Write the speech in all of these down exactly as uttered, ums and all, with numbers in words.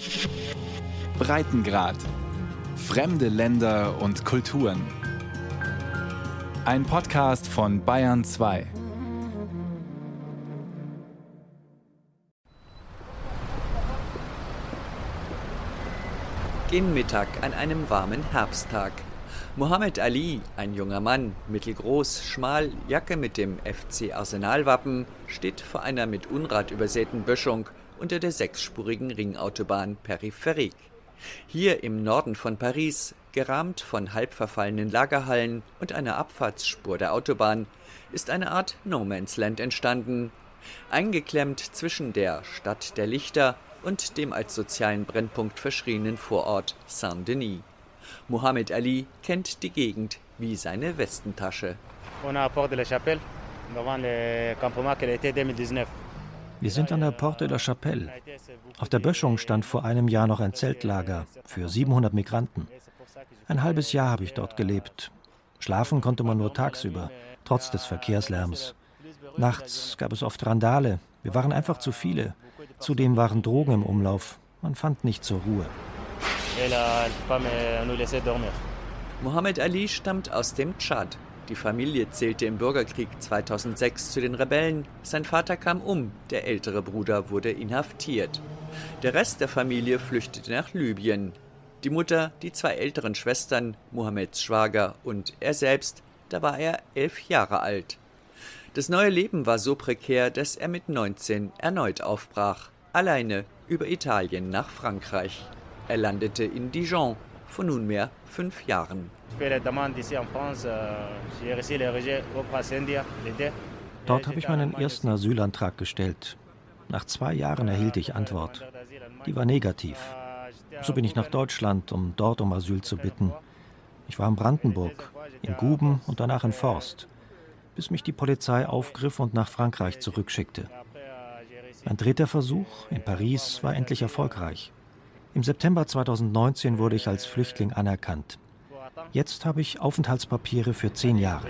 Breitengrad. Fremde Länder und Kulturen. Ein Podcast von Bayern zwei. Gen Mittag an einem warmen Herbsttag. Mohammed Ali, ein junger Mann, mittelgroß, schmal, Jacke mit dem F C Arsenal-Wappen, steht vor einer mit Unrat übersäten Böschung unter der sechsspurigen Ringautobahn Périphérique. Hier im Norden von Paris, gerahmt von halb verfallenen Lagerhallen und einer Abfahrtsspur der Autobahn, ist eine Art No-Man's-Land entstanden. Eingeklemmt zwischen der Stadt der Lichter und dem als sozialen Brennpunkt verschrienen Vorort Saint-Denis. Mohammed Ali kennt die Gegend wie seine Westentasche. Wir sind an der Porte de la Chapelle. Auf der Böschung stand vor einem Jahr noch ein Zeltlager für siebenhundert Migranten. Ein halbes Jahr habe ich dort gelebt. Schlafen konnte man nur tagsüber, trotz des Verkehrslärms. Nachts gab es oft Randale. Wir waren einfach zu viele. Zudem waren Drogen im Umlauf. Man fand nicht zur Ruhe. Mohammed Ali stammt aus dem Tschad. Die Familie zählte im Bürgerkrieg zweitausendsechs zu den Rebellen. Sein Vater kam um, der ältere Bruder wurde inhaftiert. Der Rest der Familie flüchtete nach Libyen. Die Mutter, die zwei älteren Schwestern, Mohammeds Schwager und er selbst, da war er elf Jahre alt. Das neue Leben war so prekär, dass er mit neunzehn erneut aufbrach, alleine über Italien nach Frankreich. Er landete in Dijon vor nunmehr fünf Jahren. Dort habe ich meinen ersten Asylantrag gestellt. Nach zwei Jahren erhielt ich Antwort. Die war negativ. So bin ich nach Deutschland, um dort um Asyl zu bitten. Ich war in Brandenburg, in Guben und danach in Forst, bis mich die Polizei aufgriff und nach Frankreich zurückschickte. Mein dritter Versuch in Paris war endlich erfolgreich. Im September zweitausendneunzehn wurde ich als Flüchtling anerkannt. Jetzt habe ich Aufenthaltspapiere für zehn Jahre.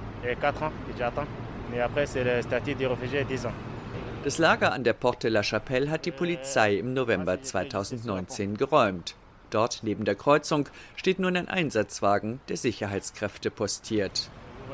Das Lager an der Porte de la Chapelle hat die Polizei im November zweitausendneunzehn geräumt. Dort neben der Kreuzung steht nun ein Einsatzwagen der Sicherheitskräfte postiert.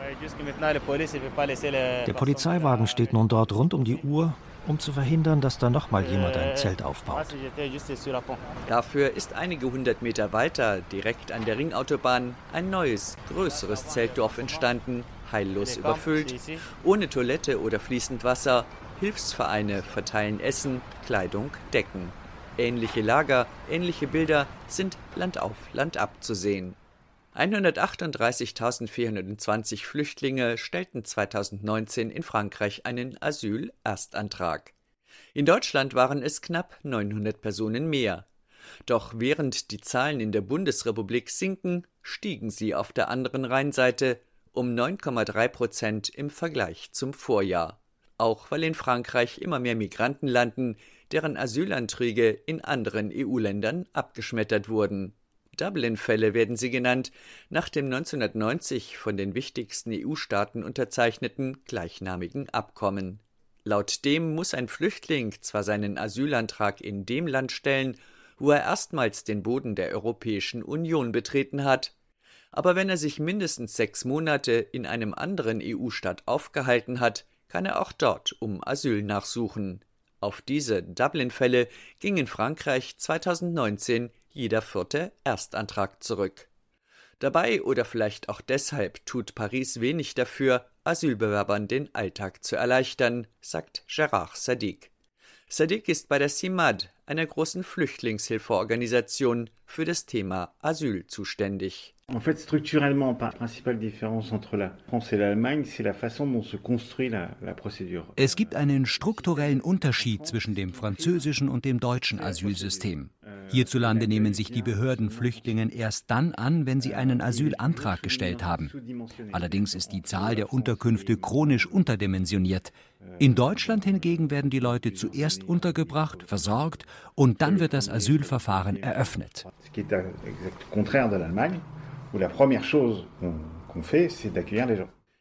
Der Polizeiwagen steht nun dort rund um die Uhr, um zu verhindern, dass da noch mal jemand ein Zelt aufbaut. Dafür ist einige hundert Meter weiter, direkt an der Ringautobahn, ein neues, größeres Zeltdorf entstanden, heillos überfüllt, ohne Toilette oder fließend Wasser. Hilfsvereine verteilen Essen, Kleidung, Decken. Ähnliche Lager, ähnliche Bilder sind Land auf, Land ab zu sehen. hundertachtunddreißigtausendvierhundertzwanzig Flüchtlinge stellten zweitausendneunzehn in Frankreich einen Asylerstantrag. In Deutschland waren es knapp neunhundert Personen mehr. Doch während die Zahlen in der Bundesrepublik sinken, stiegen sie auf der anderen Rheinseite um neun Komma drei Prozent im Vergleich zum Vorjahr. Auch weil in Frankreich immer mehr Migranten landen, deren Asylanträge in anderen E U-Ländern abgeschmettert wurden. Dublin-Fälle werden sie genannt, nach dem neunzehnhundertneunzig von den wichtigsten E U-Staaten unterzeichneten gleichnamigen Abkommen. Laut dem muss ein Flüchtling zwar seinen Asylantrag in dem Land stellen, wo er erstmals den Boden der Europäischen Union betreten hat, aber wenn er sich mindestens sechs Monate in einem anderen E U-Staat aufgehalten hat, kann er auch dort um Asyl nachsuchen. Auf diese Dublin-Fälle ging in Frankreich zweitausendneunzehn jeder vierte Erstantrag zurück. Dabei oder vielleicht auch deshalb tut Paris wenig dafür, Asylbewerbern den Alltag zu erleichtern, sagt Gérard Sadiq. Sadiq ist bei der C I M A D, einer großen Flüchtlingshilfeorganisation, für das Thema Asyl zuständig. En fait, structurellement, la principale différence entre la France et l'Allemagne, c'est la façon dont se construit la, la procédure. Es gibt einen strukturellen Unterschied zwischen dem französischen und dem deutschen Asylsystem. Hierzulande nehmen sich die Behörden Flüchtlingen erst dann an, wenn sie einen Asylantrag gestellt haben. Allerdings ist die Zahl der Unterkünfte chronisch unterdimensioniert. In Deutschland hingegen werden die Leute zuerst untergebracht, versorgt und dann wird das Asylverfahren eröffnet. Où la première chose qu'on fait, c'est d'accueillir les gens.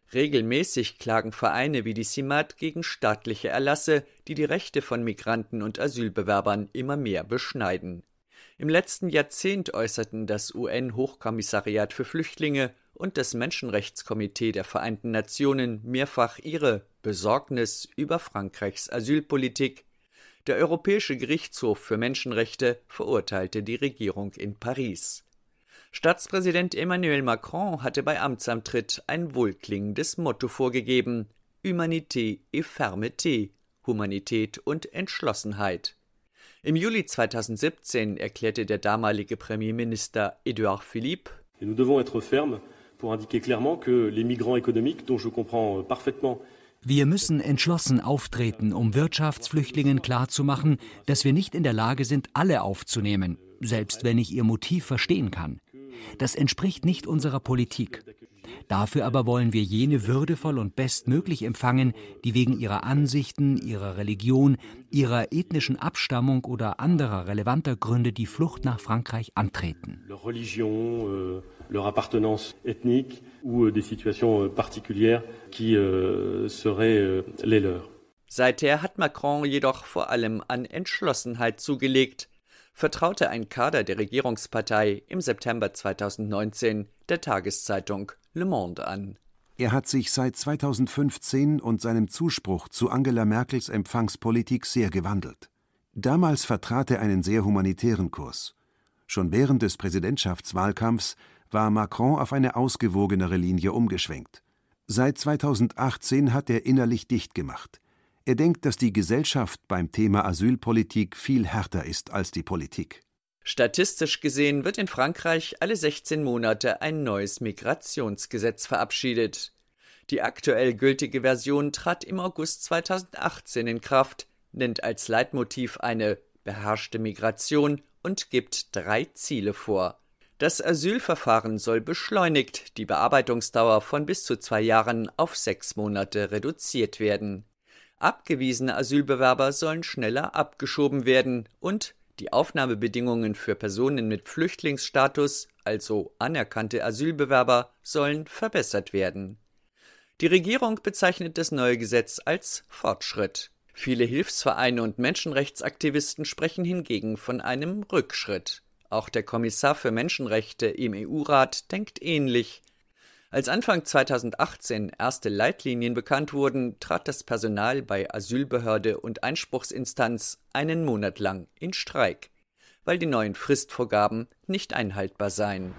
Regelmäßig klagen Vereine wie die Simat gegen staatliche Erlasse, die die Rechte von Migranten und Asylbewerbern immer mehr beschneiden. Im letzten Jahrzehnt äußerten das U N-Hochkommissariat für Flüchtlinge und das Menschenrechtskomitee der Vereinten Nationen mehrfach ihre Besorgnis über Frankreichs Asylpolitik. Der Europäische Gerichtshof für Menschenrechte verurteilte die Regierung in Paris. Staatspräsident Emmanuel Macron hatte bei Amtsantritt ein wohlklingendes Motto vorgegeben: Humanité et Fermeté, Humanität und Entschlossenheit. Im Juli zweitausendsiebzehn erklärte der damalige Premierminister Édouard Philippe: Nous devons être fermes pour indiquer clairement que les migrants économiques, dont je comprends parfaitement. Wir müssen entschlossen auftreten, um Wirtschaftsflüchtlingen klarzumachen, dass wir nicht in der Lage sind, alle aufzunehmen, selbst wenn ich ihr Motiv verstehen kann. Das entspricht nicht unserer Politik. Dafür aber wollen wir jene würdevoll und bestmöglich empfangen, die wegen ihrer Ansichten, ihrer Religion, ihrer ethnischen Abstammung oder anderer relevanter Gründe die Flucht nach Frankreich antreten. Leur religion, euh, leur appartenance ethnique ou euh, des situations euh, particulières qui euh, seraient euh, les leurs. Seither hat Macron jedoch vor allem an Entschlossenheit zugelegt, vertraute ein Kader der Regierungspartei im September zweitausendneunzehn der Tageszeitung Le Monde an. Er hat sich seit zweitausendfünfzehn und seinem Zuspruch zu Angela Merkels Empfangspolitik sehr gewandelt. Damals vertrat er einen sehr humanitären Kurs. Schon während des Präsidentschaftswahlkampfs war Macron auf eine ausgewogenere Linie umgeschwenkt. Seit zweitausendachtzehn hat er innerlich dicht gemacht. Er denkt, dass die Gesellschaft beim Thema Asylpolitik viel härter ist als die Politik. Statistisch gesehen wird in Frankreich alle sechzehn Monate ein neues Migrationsgesetz verabschiedet. Die aktuell gültige Version trat im August zweitausendachtzehn in Kraft, nennt als Leitmotiv eine beherrschte Migration und gibt drei Ziele vor. Das Asylverfahren soll beschleunigt, die Bearbeitungsdauer von bis zu zwei Jahren auf sechs Monate reduziert werden. Abgewiesene Asylbewerber sollen schneller abgeschoben werden und die Aufnahmebedingungen für Personen mit Flüchtlingsstatus, also anerkannte Asylbewerber, sollen verbessert werden. Die Regierung bezeichnet das neue Gesetz als Fortschritt. Viele Hilfsvereine und Menschenrechtsaktivisten sprechen hingegen von einem Rückschritt. Auch der Kommissar für Menschenrechte im E U-Rat denkt ähnlich. Als Anfang zweitausendachtzehn erste Leitlinien bekannt wurden, trat das Personal bei Asylbehörde und Einspruchsinstanz einen Monat lang in Streik, weil die neuen Fristvorgaben nicht einhaltbar seien.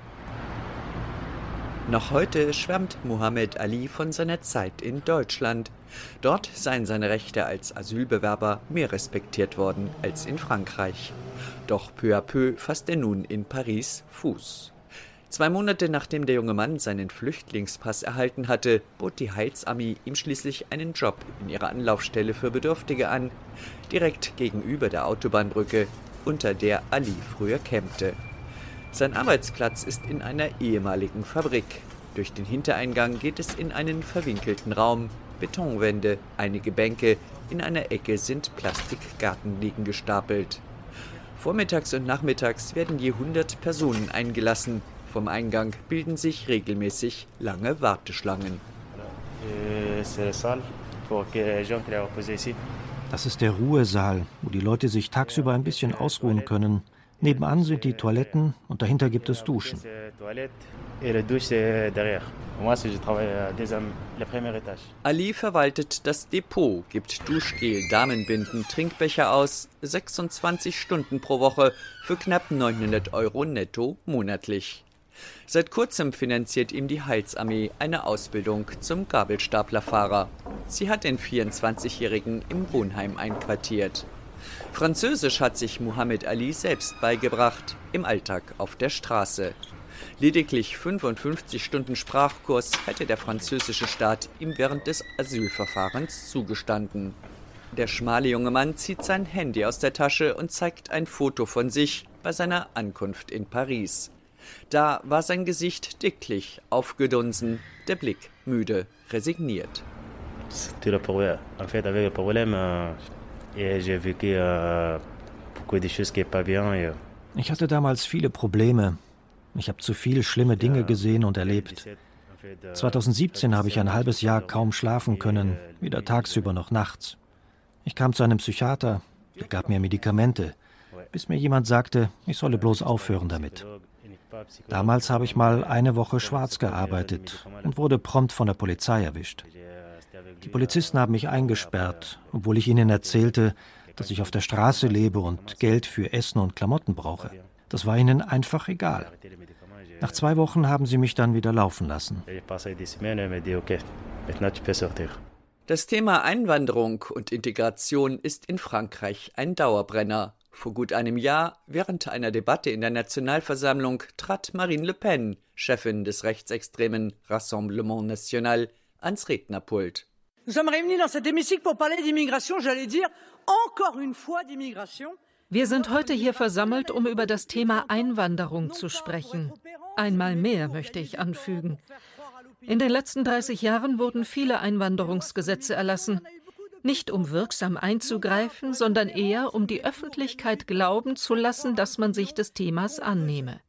Noch heute schwärmt Muhammad Ali von seiner Zeit in Deutschland. Dort seien seine Rechte als Asylbewerber mehr respektiert worden als in Frankreich. Doch peu à peu fasst er nun in Paris Fuß. Zwei Monate nachdem der junge Mann seinen Flüchtlingspass erhalten hatte, bot die Heilsarmee ihm schließlich einen Job in ihrer Anlaufstelle für Bedürftige an, direkt gegenüber der Autobahnbrücke, unter der Ali früher campte. Sein Arbeitsplatz ist in einer ehemaligen Fabrik. Durch den Hintereingang geht es in einen verwinkelten Raum, Betonwände, einige Bänke, in einer Ecke sind Plastikgartenliegen gestapelt. Vormittags und nachmittags werden je hundert Personen eingelassen. Vom Eingang bilden sich regelmäßig lange Warteschlangen. Das ist der Ruhesaal, wo die Leute sich tagsüber ein bisschen ausruhen können. Nebenan sind die Toiletten und dahinter gibt es Duschen. Ali verwaltet das Depot, gibt Duschgel, Damenbinden, Trinkbecher aus, sechsundzwanzig Stunden pro Woche für knapp neunhundert Euro netto monatlich. Seit kurzem finanziert ihm die Heilsarmee eine Ausbildung zum Gabelstaplerfahrer. Sie hat den vierundzwanzigjährigen im Wohnheim einquartiert. Französisch hat sich Muhammad Ali selbst beigebracht, im Alltag auf der Straße. Lediglich fünfundfünfzig Stunden Sprachkurs hätte der französische Staat ihm während des Asylverfahrens zugestanden. Der schmale junge Mann zieht sein Handy aus der Tasche und zeigt ein Foto von sich bei seiner Ankunft in Paris. Da war sein Gesicht dicklich, aufgedunsen, der Blick müde, resigniert. Ich hatte damals viele Probleme. Ich habe zu viel schlimme Dinge gesehen und erlebt. zweitausendsiebzehn habe ich ein halbes Jahr kaum schlafen können, weder tagsüber noch nachts. Ich kam zu einem Psychiater, der gab mir Medikamente, bis mir jemand sagte, ich solle bloß aufhören damit. Damals habe ich mal eine Woche schwarz gearbeitet und wurde prompt von der Polizei erwischt. Die Polizisten haben mich eingesperrt, obwohl ich ihnen erzählte, dass ich auf der Straße lebe und Geld für Essen und Klamotten brauche. Das war ihnen einfach egal. Nach zwei Wochen haben sie mich dann wieder laufen lassen. Das Thema Einwanderung und Integration ist in Frankreich ein Dauerbrenner. Vor gut einem Jahr, während einer Debatte in der Nationalversammlung, trat Marine Le Pen, Chefin des rechtsextremen Rassemblement National, ans Rednerpult. Nous sommes réunis dans cet hémicycle pour parler d'immigration, j'allais dire encore une fois d'immigration. Wir sind heute hier versammelt, um über das Thema Einwanderung zu sprechen. Einmal mehr möchte ich anfügen. In den letzten dreißig Jahren wurden viele Einwanderungsgesetze erlassen. Nicht um wirksam einzugreifen, sondern eher um die Öffentlichkeit glauben zu lassen, dass man sich des Themas annehme.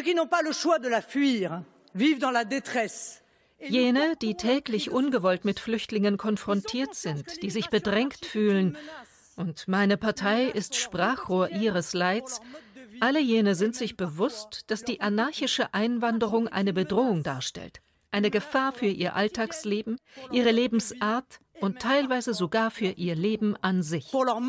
Jene, die täglich ungewollt mit Flüchtlingen konfrontiert sind, die sich bedrängt fühlen, und meine Partei ist Sprachrohr ihres Leids, alle jene sind sich bewusst, dass die anarchische Einwanderung eine Bedrohung darstellt, eine Gefahr für ihr Alltagsleben, ihre Lebensart und teilweise sogar für ihr Leben an sich.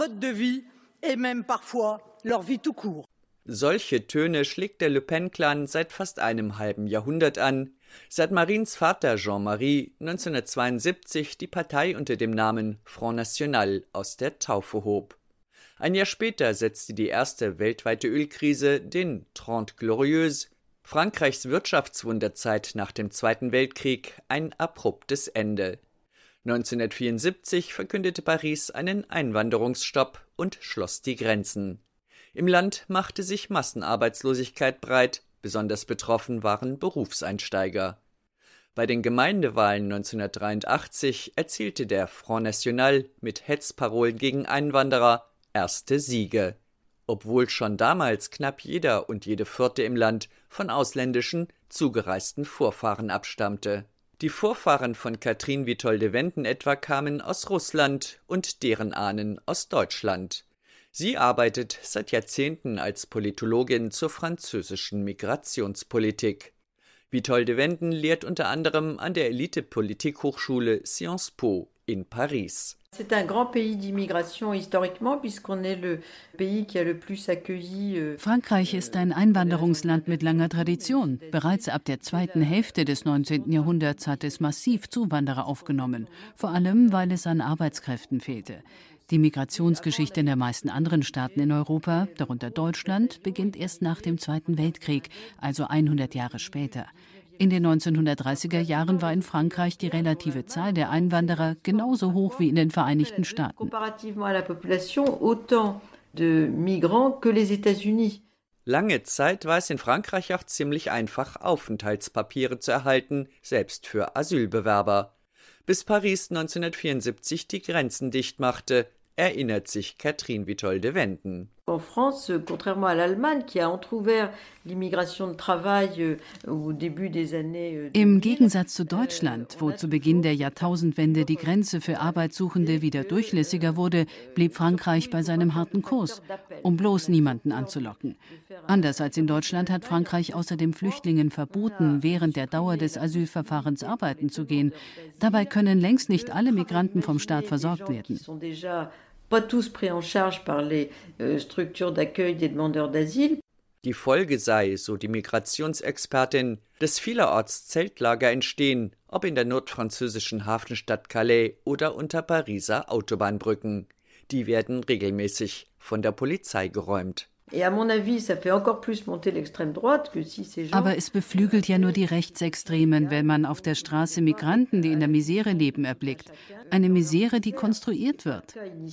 Solche Töne schlägt der Le Pen-Clan seit fast einem halben Jahrhundert an, seit Marines Vater Jean-Marie neunzehnhundertzweiundsiebzig die Partei unter dem Namen Front National aus der Taufe hob. Ein Jahr später setzte die erste weltweite Ölkrise, den Trente Glorieuses, Frankreichs Wirtschaftswunderzeit nach dem Zweiten Weltkrieg, ein abruptes Ende. neunzehnhundertvierundsiebzig verkündete Paris einen Einwanderungsstopp und schloss die Grenzen. Im Land machte sich Massenarbeitslosigkeit breit, besonders betroffen waren Berufseinsteiger. Bei den Gemeindewahlen neunzehnhundertdreiundachtzig erzielte der Front National mit Hetzparolen gegen Einwanderer erste Siege, obwohl schon damals knapp jeder und jede Vierte im Land von ausländischen, zugereisten Vorfahren abstammte. Die Vorfahren von Catherine Witold-de-Wenden etwa kamen aus Russland und deren Ahnen aus Deutschland. Sie arbeitet seit Jahrzehnten als Politologin zur französischen Migrationspolitik. Witold-de-Wenden lehrt unter anderem an der Elite-Politikhochschule Sciences Po in Paris. C'est un grand pays d'immigration historiquement, puisqu'on est le pays qui a le plus accueilli. Frankreich ist ein Einwanderungsland mit langer Tradition. Bereits ab der zweiten Hälfte des neunzehnten Jahrhunderts hat es massiv Zuwanderer aufgenommen, vor allem weil es an Arbeitskräften fehlte. Die Migrationsgeschichte in den meisten anderen Staaten in Europa, darunter Deutschland, beginnt erst nach dem Zweiten Weltkrieg, also hundert Jahre später. In den neunzehnhundertdreißiger Jahren war in Frankreich die relative Zahl der Einwanderer genauso hoch wie in den Vereinigten Staaten. Lange Zeit war es in Frankreich auch ziemlich einfach, Aufenthaltspapiere zu erhalten, selbst für Asylbewerber. Bis Paris neunzehnhundertvierundsiebzig die Grenzen dicht machte, erinnert sich Catherine Witold-de-Wenden. En France, contrairement à l'Allemagne, qui a entrouvert l'immigration de travail au début des années. Im Gegensatz zu Deutschland, wo zu Beginn der Jahrtausendwende die Grenze für Arbeitssuchende wieder durchlässiger wurde, blieb Frankreich bei seinem harten Kurs, um bloß niemanden anzulocken. Anders als in Deutschland hat Frankreich außerdem Flüchtlingen verboten, während der Dauer des Asylverfahrens arbeiten zu gehen. Dabei können längst nicht alle Migranten vom Staat versorgt werden. Pas tous pris en charge par les euh, structures d'accueil des demandeurs d'asile. Die Folge sei, so die Migrationsexpertin, dass vielerorts Zeltlager entstehen, ob in der nordfranzösischen Hafenstadt Calais oder unter Pariser Autobahnbrücken. Die werden regelmäßig von der Polizei geräumt. Aber es beflügelt ja nur die Rechtsextremen, wenn man auf der Straße Migranten, die in der Misere leben, erblickt. Eine Misere, die konstruiert wird.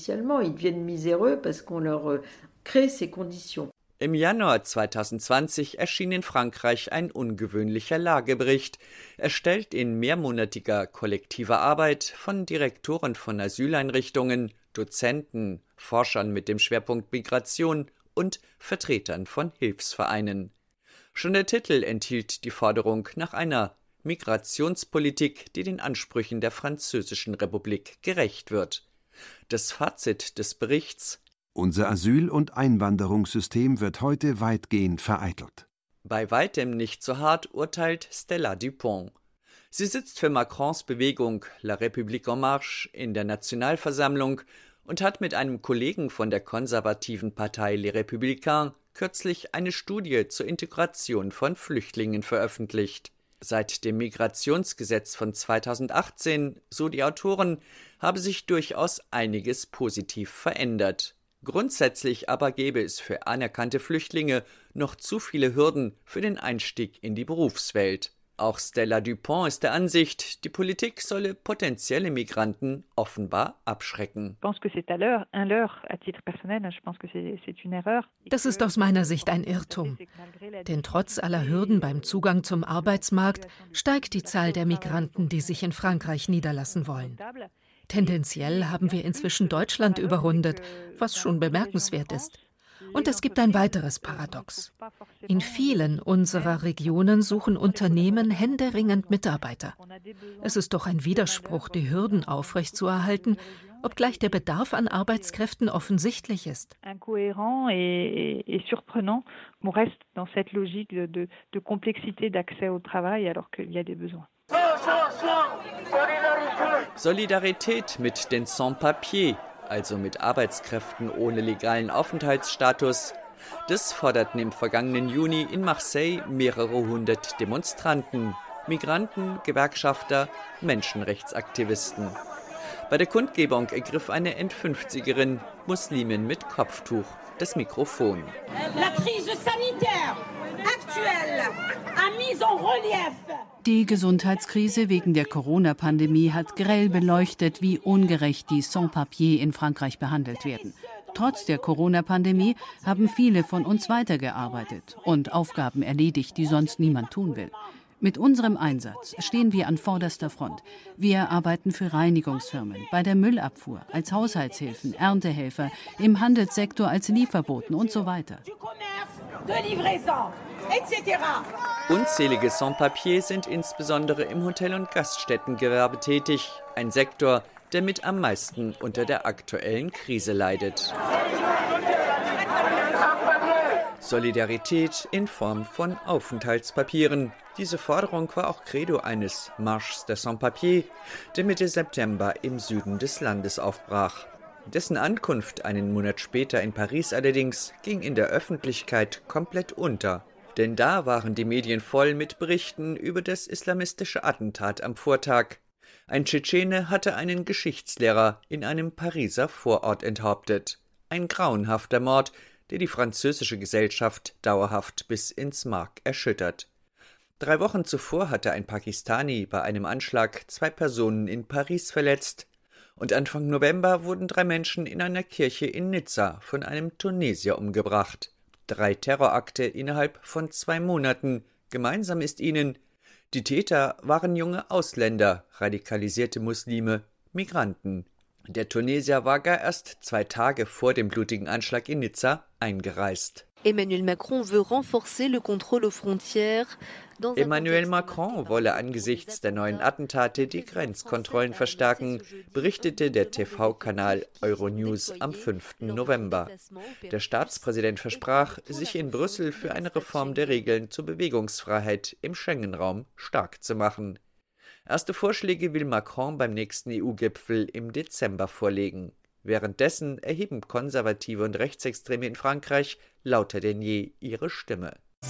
Im Januar zweitausendzwanzig erschien in Frankreich ein ungewöhnlicher Lagebericht, erstellt in mehrmonatiger kollektiver Arbeit von Direktoren von Asyleinrichtungen, Dozenten, Forschern mit dem Schwerpunkt Migration und Vertretern von Hilfsvereinen. Schon der Titel enthielt die Forderung nach einer Migrationspolitik, die den Ansprüchen der Französischen Republik gerecht wird. Das Fazit des Berichts: Unser Asyl- und Einwanderungssystem wird heute weitgehend vereitelt. Bei weitem nicht so hart urteilt Stella Dupont. Sie sitzt für Macrons Bewegung La République en Marche in der Nationalversammlung und hat mit einem Kollegen von der konservativen Partei Les Républicains kürzlich eine Studie zur Integration von Flüchtlingen veröffentlicht. Seit dem Migrationsgesetz von zweitausendachtzehn, so die Autoren, habe sich durchaus einiges positiv verändert. Grundsätzlich aber gäbe es für anerkannte Flüchtlinge noch zu viele Hürden für den Einstieg in die Berufswelt. Auch Stella Dupont ist der Ansicht, die Politik solle potenzielle Migranten offenbar abschrecken. Das ist aus meiner Sicht ein Irrtum. Denn trotz aller Hürden beim Zugang zum Arbeitsmarkt steigt die Zahl der Migranten, die sich in Frankreich niederlassen wollen. Tendenziell haben wir inzwischen Deutschland überrundet, was schon bemerkenswert ist. Und es gibt ein weiteres Paradox. In vielen unserer Regionen suchen Unternehmen händeringend Mitarbeiter. Es ist doch ein Widerspruch, die Hürden aufrechtzuerhalten, obgleich der Bedarf an Arbeitskräften offensichtlich ist. Incohérent et, et surprenant, on reste dans cette logique de, de, de complexité d'accès au travail alors qu'il y a des besoins. Solidarität mit den Sans-Papiers, also mit Arbeitskräften ohne legalen Aufenthaltsstatus. Das forderten im vergangenen Juni in Marseille mehrere hundert Demonstranten, Migranten, Gewerkschafter, Menschenrechtsaktivisten. Bei der Kundgebung ergriff eine Endfünfzigerin, Muslimin mit Kopftuch, das Mikrofon. Die Gesundheitskrise wegen der Corona-Pandemie hat grell beleuchtet, wie ungerecht die Sans-Papiers in Frankreich behandelt werden. Trotz der Corona-Pandemie haben viele von uns weitergearbeitet und Aufgaben erledigt, die sonst niemand tun will. Mit unserem Einsatz stehen wir an vorderster Front. Wir arbeiten für Reinigungsfirmen, bei der Müllabfuhr, als Haushaltshilfen, Erntehelfer, im Handelssektor als Lieferboten und so weiter. Unzählige Sans-Papiers sind insbesondere im Hotel- und Gaststättengewerbe tätig, ein Sektor, der mit am meisten unter der aktuellen Krise leidet. Solidarität in Form von Aufenthaltspapieren. Diese Forderung war auch Credo eines Marches des Sans-Papiers, der Mitte September im Süden des Landes aufbrach. Dessen Ankunft einen Monat später in Paris allerdings ging in der Öffentlichkeit komplett unter. Denn da waren die Medien voll mit Berichten über das islamistische Attentat am Vortag. Ein Tschetschene hatte einen Geschichtslehrer in einem Pariser Vorort enthauptet. Ein grauenhafter Mord, der die französische Gesellschaft dauerhaft bis ins Mark erschüttert. Drei Wochen zuvor hatte ein Pakistani bei einem Anschlag zwei Personen in Paris verletzt. Und Anfang November wurden drei Menschen in einer Kirche in Nizza von einem Tunesier umgebracht. Drei Terrorakte innerhalb von zwei Monaten. Gemeinsam ist ihnen: Die Täter waren junge Ausländer, radikalisierte Muslime, Migranten. Der Tunesier war gar erst zwei Tage vor dem blutigen Anschlag in Nizza eingereist. Emmanuel Macron veut renforcer le contrôle aux frontières. Emmanuel Macron wolle angesichts der neuen Attentate die Grenzkontrollen verstärken, berichtete der T V-Kanal Euronews am fünften November. Der Staatspräsident versprach, sich in Brüssel für eine Reform der Regeln zur Bewegungsfreiheit im Schengen-Raum stark zu machen. Erste Vorschläge will Macron beim nächsten E U-Gipfel im Dezember vorlegen. Währenddessen erheben Konservative und Rechtsextreme in Frankreich lauter denn je ihre Stimme.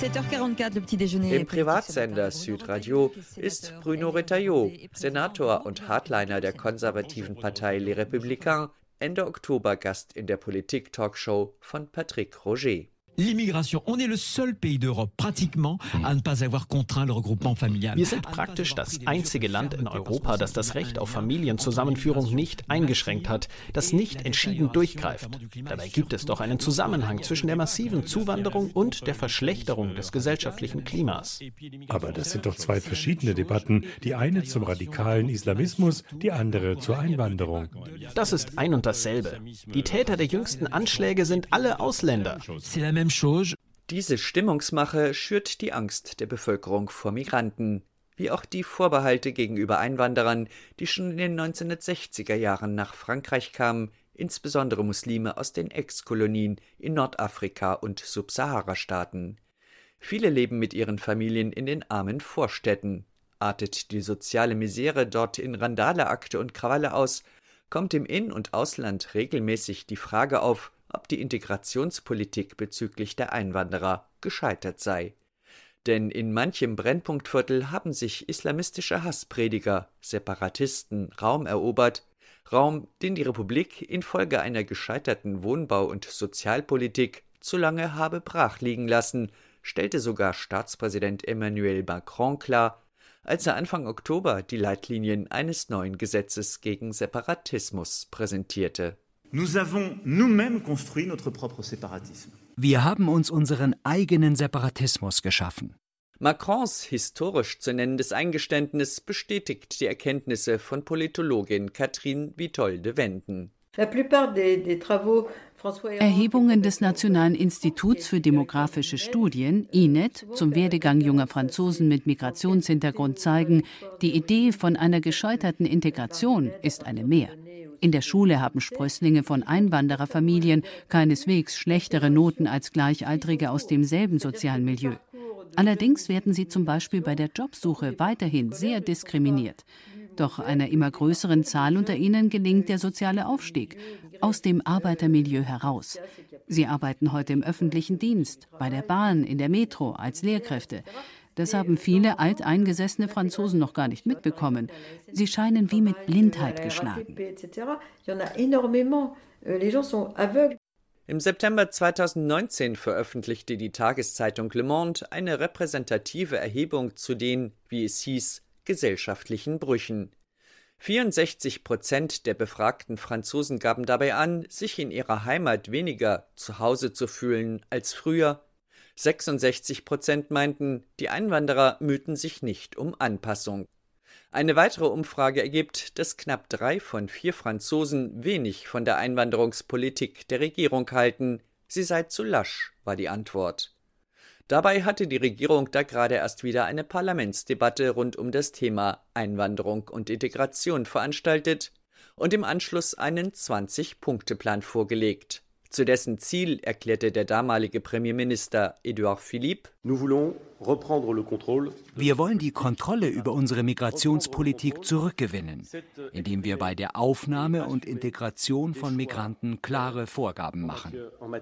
Im Privatsender Sud Radio ist Bruno Retailleau, Senator und Hardliner der konservativen Partei Les Républicains, Ende Oktober Gast in der Politik-Talkshow von Patrick Roger. L'immigration. On est le seul pays d'Europe, pratiquement, à ne pas avoir contraint le regroupement familial. Wir sind praktisch das einzige Land in Europa, das das Recht auf Familienzusammenführung nicht eingeschränkt hat, das nicht entschieden durchgreift. Dabei gibt es doch einen Zusammenhang zwischen der massiven Zuwanderung und der Verschlechterung des gesellschaftlichen Klimas. Aber das sind doch zwei verschiedene Debatten. Die eine zum radikalen Islamismus, die andere zur Einwanderung. Das ist ein und dasselbe. Die Täter der jüngsten Anschläge sind alle Ausländer. Diese Stimmungsmache schürt die Angst der Bevölkerung vor Migranten. wie auch die Vorbehalte gegenüber Einwanderern, die schon in den neunzehnhundertsechziger Jahren nach Frankreich kamen, insbesondere Muslime aus den Ex-Kolonien in Nordafrika und Subsahara-Staaten. Viele leben mit ihren Familien in den armen Vorstädten. Artet die soziale Misere dort in Randaleakte und Krawalle aus, kommt im In- und Ausland regelmäßig die Frage auf, ob die Integrationspolitik bezüglich der Einwanderer gescheitert sei. Denn in manchem Brennpunktviertel haben sich islamistische Hassprediger, Separatisten Raum erobert, Raum, den die Republik infolge einer gescheiterten Wohnbau- und Sozialpolitik zu lange habe brach liegen lassen, stellte sogar Staatspräsident Emmanuel Macron klar, als er Anfang Oktober die Leitlinien eines neuen Gesetzes gegen Separatismus präsentierte. Nous avons nous-mêmes construit notre propre séparatisme. Wir haben uns unseren eigenen Separatismus geschaffen. Macrons historisch zu nennendes Eingeständnis bestätigt die Erkenntnisse von Politologin Catherine Vitoll-de-Wenden. Erhebungen des Nationalen Instituts für demografische Studien, I N E T, zum Werdegang junger Franzosen mit Migrationshintergrund zeigen, die Idee von einer gescheiterten Integration ist eine mehr. In der Schule haben Sprösslinge von Einwandererfamilien keineswegs schlechtere Noten als Gleichaltrige aus demselben sozialen Milieu. Allerdings werden sie zum Beispiel bei der Jobsuche weiterhin sehr diskriminiert. Doch einer immer größeren Zahl unter ihnen gelingt der soziale Aufstieg aus dem Arbeitermilieu heraus. Sie arbeiten heute im öffentlichen Dienst, bei der Bahn, in der Metro, als Lehrkräfte. Das haben viele alteingesessene Franzosen noch gar nicht mitbekommen. Sie scheinen wie mit Blindheit geschlagen. Im September zweitausendneunzehn veröffentlichte die Tageszeitung Le Monde eine repräsentative Erhebung zu den, wie es hieß, gesellschaftlichen Brüchen. vierundsechzig Prozent der befragten Franzosen gaben dabei an, sich in ihrer Heimat weniger zu Hause zu fühlen als früher. sechsundsechzig Prozent meinten, die Einwanderer mühten sich nicht um Anpassung. Eine weitere Umfrage ergibt, dass knapp drei von vier Franzosen wenig von der Einwanderungspolitik der Regierung halten. Sie sei zu lasch, war die Antwort. Dabei hatte die Regierung da gerade erst wieder eine Parlamentsdebatte rund um das Thema Einwanderung und Integration veranstaltet und im Anschluss einen zwanzig-Punkte-Plan vorgelegt. Zu dessen Ziel erklärte der damalige Premierminister Édouard Philippe: Wir wollen die Kontrolle über unsere Migrationspolitik zurückgewinnen, indem wir bei der Aufnahme und Integration von Migranten klare Vorgaben machen.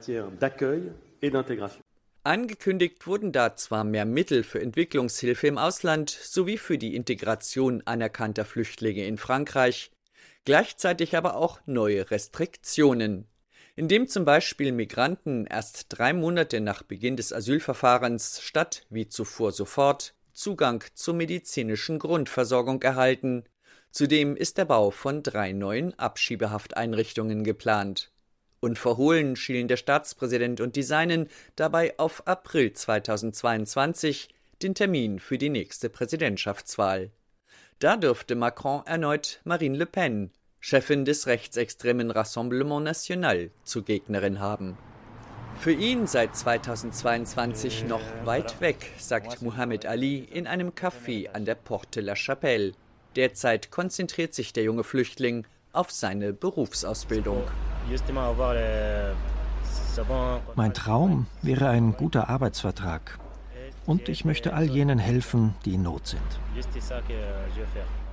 Angekündigt wurden da zwar mehr Mittel für Entwicklungshilfe im Ausland sowie für die Integration anerkannter Flüchtlinge in Frankreich, gleichzeitig aber auch neue Restriktionen, indem zum Beispiel Migranten erst drei Monate nach Beginn des Asylverfahrens statt wie zuvor sofort Zugang zur medizinischen Grundversorgung erhalten. Zudem ist der Bau von drei neuen Abschiebehafteinrichtungen geplant. Unverhohlen schielen der Staatspräsident und die Seinen dabei auf April zweitausendzweiundzwanzig, den Termin für die nächste Präsidentschaftswahl. Da dürfte Macron erneut Marine Le Pen, Chefin des rechtsextremen Rassemblement National, zur Gegnerin haben. Für ihn sei zweitausendzweiundzwanzig noch weit weg, sagt Mohamed Ali in einem Café an der Porte la Chapelle. Derzeit konzentriert sich der junge Flüchtling auf seine Berufsausbildung. Mein Traum wäre ein guter Arbeitsvertrag. Und ich möchte all jenen helfen, die in Not sind.